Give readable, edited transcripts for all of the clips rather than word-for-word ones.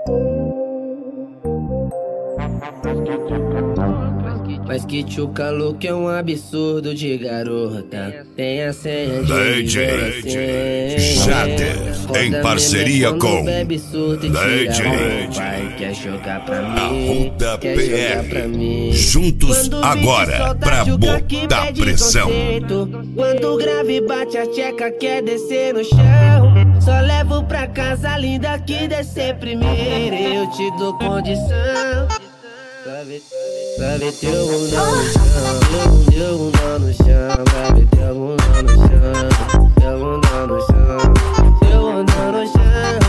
Mas que tchuca louco é um absurdo de garota. Tem a senha de DJ Jader, em parceria com DJ pai quer jogar pra mim, Arruda quer jogar pra mim. PR. Juntos agora pra botar pressão. Quando o grave bate a tcheca quer descer no chão. Só levo pra casa linda que descer primeiro. Eu te dou condição. Pra ver teu bundão no chão, teu bundão no chão, pra ver teu bundão no chão, teu bundão no chão, teu bundão no chão,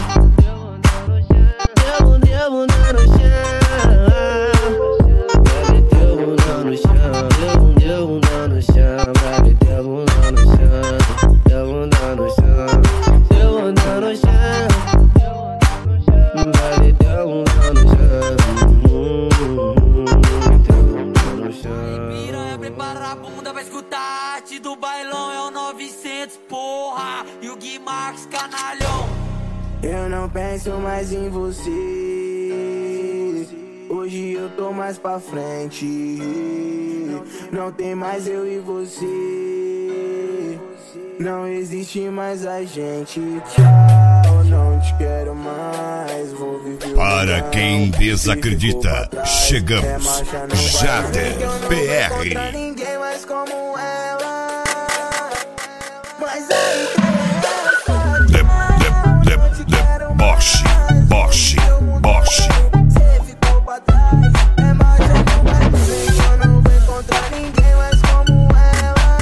teu bundão no chão, pra ver teu bundão no chão, teu bundão no chão, pra ver teu bundão no chão, teu bundão no chão, teu bundão no chão, pra ver teu bundão no chão. Piranha, prepara a bunda, vai escutar a arte do bailão. É o 900, porra, e o Gui Max, canalhão. Eu não penso mais em você. Hoje eu tô mais pra frente. Não tem mais eu e você. Não existe mais a gente. Tchau, não te quero mais. Vou viver. Para quem desacredita, chegamos. Jader PR. Ninguém mais como ela. Mas aí Bosch. você ficou pra trás. É mais eu não vou encontrar ninguém mais como ela.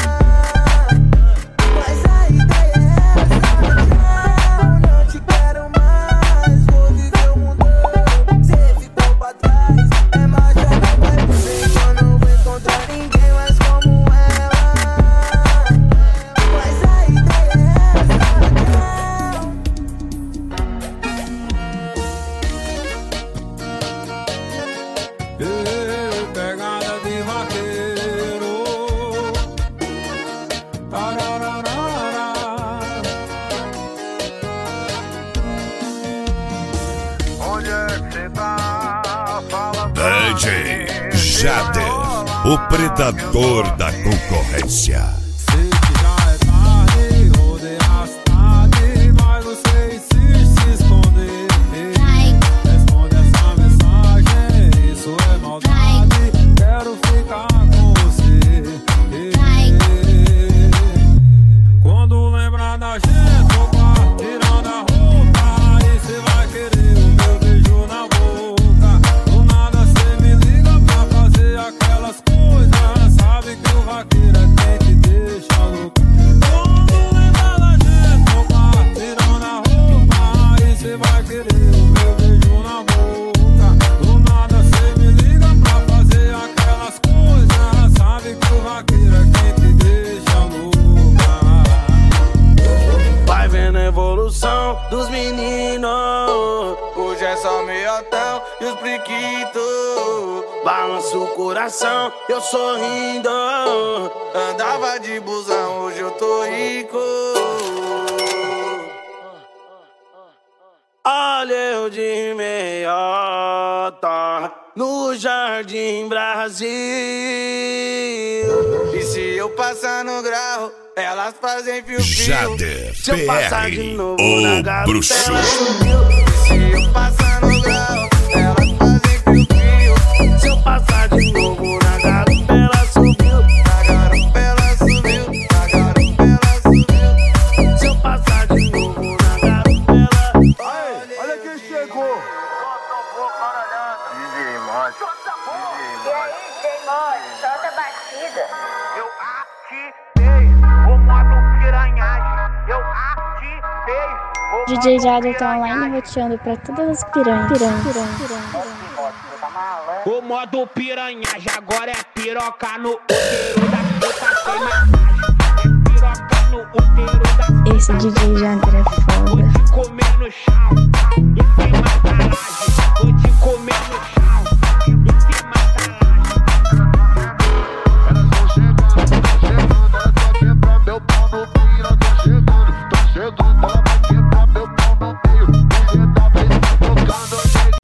Mas a ideia é essa. Não te quero mais. Vou viver o mundo. Você ficou pra trás. É mais eu não vou encontrar ninguém mais como ela. Mas a ideia é essa. Pegada de vaqueiro. Tarararara. Onde é que cê tá? Fala pra DJ mim. Jader, o predador da concorrência. Sei que já é tarde, rodei a cidade, mas você insiste se esconder. Responde essa mensagem, isso é maldade. Quero ficar com você. Quando lembrar da gente, opa, tirando a roupa, aí cê vai querer o meu beijo na boca. Do nada cê me liga pra fazer aquelas coisas. Sabe que o vaqueiro é quem te deixa louco. Quando lembrar da gente, opa, tirando a roupa, aí cê vai querer o meu beijo na boca. Do nada cê me liga pra fazer aquelas coisas. Sabe que o vaqueiro é quem te deixa louca. Vai vendo a evolução dos meninos. Hoje é só meiotão e os priquitos. Balança o coração, eu sorrindo. Andava de busão, hoje eu tô rico. Olha eu de meiota no Jardim Brasil. E se eu passar no grau, elas fazem fio-fio. Jader Se eu passar de PR, novo o na garota, bruxo. ela subiu. Se eu passar no grau, elas fazem fio-fio. Se eu passar de novo na garota, ela subiu. Na garota ela subiu. Na garota ela subiu. Se eu passar de novo na garota, ela... Olha quem chegou! DJ Mode. E aí, J-Mod, solta a batida. Eu ativei o modo piranhagem. Eu ativei o DJ Jader tá online roteando pra todas as piranhas. O modo piranhagem agora é piroca no útero da puta sem massagem. É piroca no útero da puta. Esse DJ Jader é Vou foda. te comer no chão e sem mataragem. Vou te comer no chão e sem mataragem. Elas vão chegando, elas só quebrar meu pau no meio. Elas vão chegando, ela vai quebrar meu pau no meio. Você tá tocando,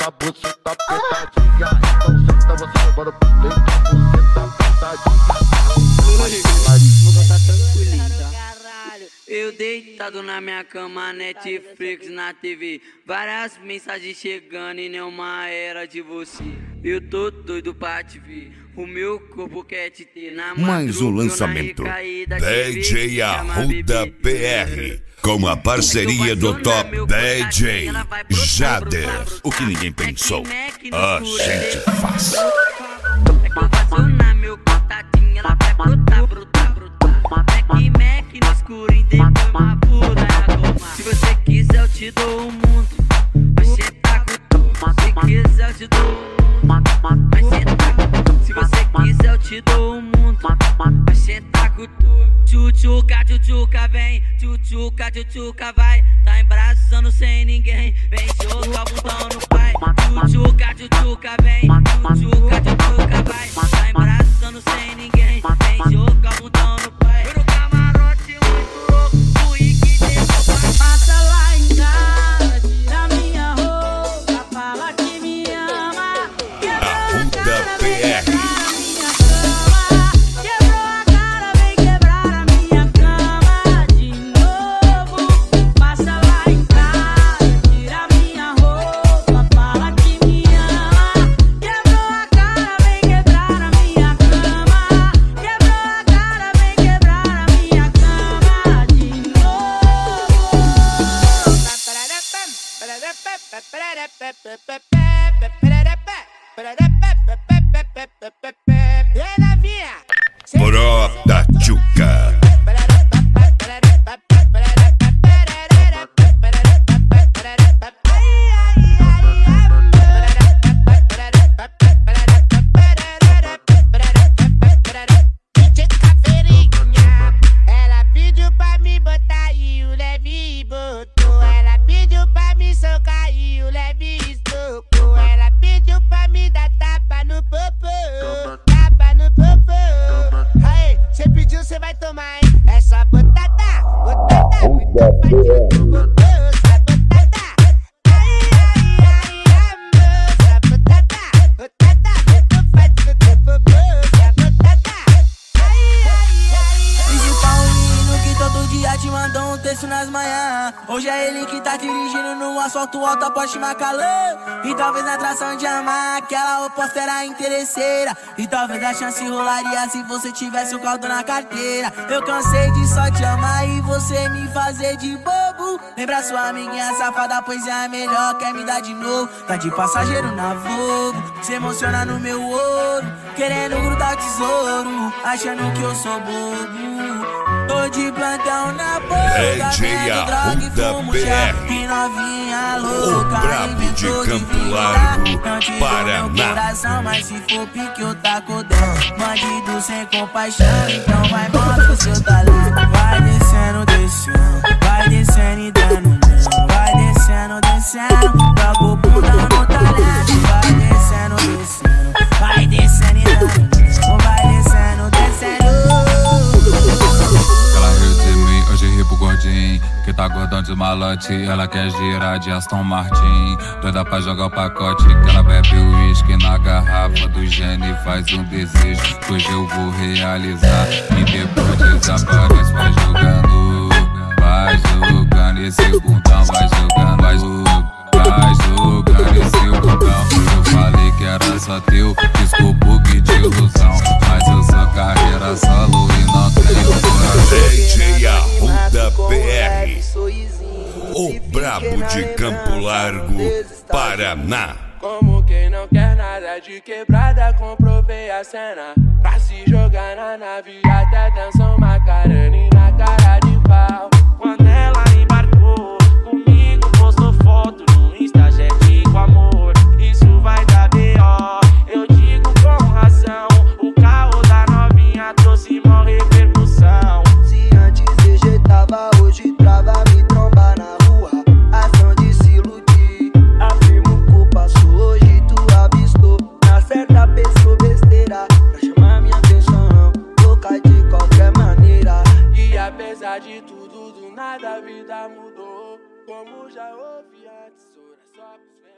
a buceta apertadinha. Então senta você, bora dentro, você tá apertadinha. Vou contar tranquilinho, tá? Eu deitado na minha cama, Netflix na TV, várias mensagens chegando e nenhuma era de você. Eu tô doido pra te ver, o meu corpo quer te ter na mão. Mais um lançamento, DJ Arruda PR, com a parceria do top DJ Jader. O que ninguém pensou, a gente faz. É que eu faço na meu contatinho, ela vai brotar, brotar, brotar. Mac no escuro e depois uma pura goma. Se você quiser eu te dou o mundo, mas cê tá com tudo. Se quiser eu te dou o mundo, mas cê tá com tudo. Se você quiser eu te dou o mundo, mas cê tá com tudo. Tchutchuca, tchutchuca vem, tchutchuca, tchutchuca vai. Tá embraçando sem ninguém, vem jogar o bundão no pai. Tchutchuca, tchutchuca vem, tchutchuca, tchutchuca vai. Tá embraçando sem ninguém, vem jogar o bundão no pai. Eu no camarote muito louco, o Rick deixou passa lá em casa, tira minha roupa, fala que me ama. Arruda PR. Bro da Tchuca. Ela pediu pra me botar e o Leve botou. Ela pediu pra me socar e o Leve estocou. Ela pediu pra me dar tapa no popô, tapa no popô. Aí, cê pediu, cê vai tomar, hein? É só botada, botada, muito fadinho no popô, só botada. Ai, ai, ai, amor, só botada, botada, muito fadinho no popô, só botada. Ai, ai, ai. Principal menino que todo dia te mandou um texto nas manhãs. Hoje é ele que tá dirigindo no asfalto alto a Porsche Macalan. E talvez na atração de amar aquela oposta era interesseira. E talvez a chance rolaria se você tivesse o caldo na carteira. Eu cansei de só te amar e você me fazer de bobo. Lembra sua amiguinha safada, pois é a melhor, quer me dar de novo. Tá de passageiro na Volvo, se emociona no meu ouro, querendo grudar tesouro, achando que eu sou bobo. Tô de plantão na boca, DJ Arruda PR, e novinha louca, o brabo de Campo Largo, Paraná. Coração, mas se for pique eu taco dentro. Bandido sem compaixão, então vai mostra o seu talento. Vai descendo, descendo, vai descendo e dando não. Vai descendo, descendo, joga o bunda no talento. Vai descendo, descendo, vai descendo e dando não. Vai descendo, descendo. Ela riu de mim, hoje ri pro gordinho, que tá gordão de malote. Ela quer girar de Aston Martin, doida pra jogar o pacote. Que ela bebe o uísque na garrafa do Gene e faz um desejo. Hoje eu vou realizar e depois desaparece. Vai jogando, esse bundão. Vai jogando, vai jogando esse bundão. Eu falei que era só teu, desculpa o que de ilusão, mas eu sou carreira solo e não tenho coração. DJ Arruda PR, o brabo de Campo Largo, Paraná. Como quem não quer nada de quebrada, comprovei a cena. Pra se jogar na nave, até atenção Macarena e na cara de pau. Quando ela embarcou comigo, postou foto no Insta, jet com amor. Isso vai dar B.O., eu digo com razão. O carro da novinha trouxe mó repercussão. Se antes rejeitava, hoje trava, me tromba na rua. Ação de se iludir, afirmo culpa sua. Hoje tu avistou, na certa pessoa besteira, pra chamar minha atenção, louca de qualquer maneira. E apesar de tudo, do nada a vida mudou. Como já ouvi antes, só pros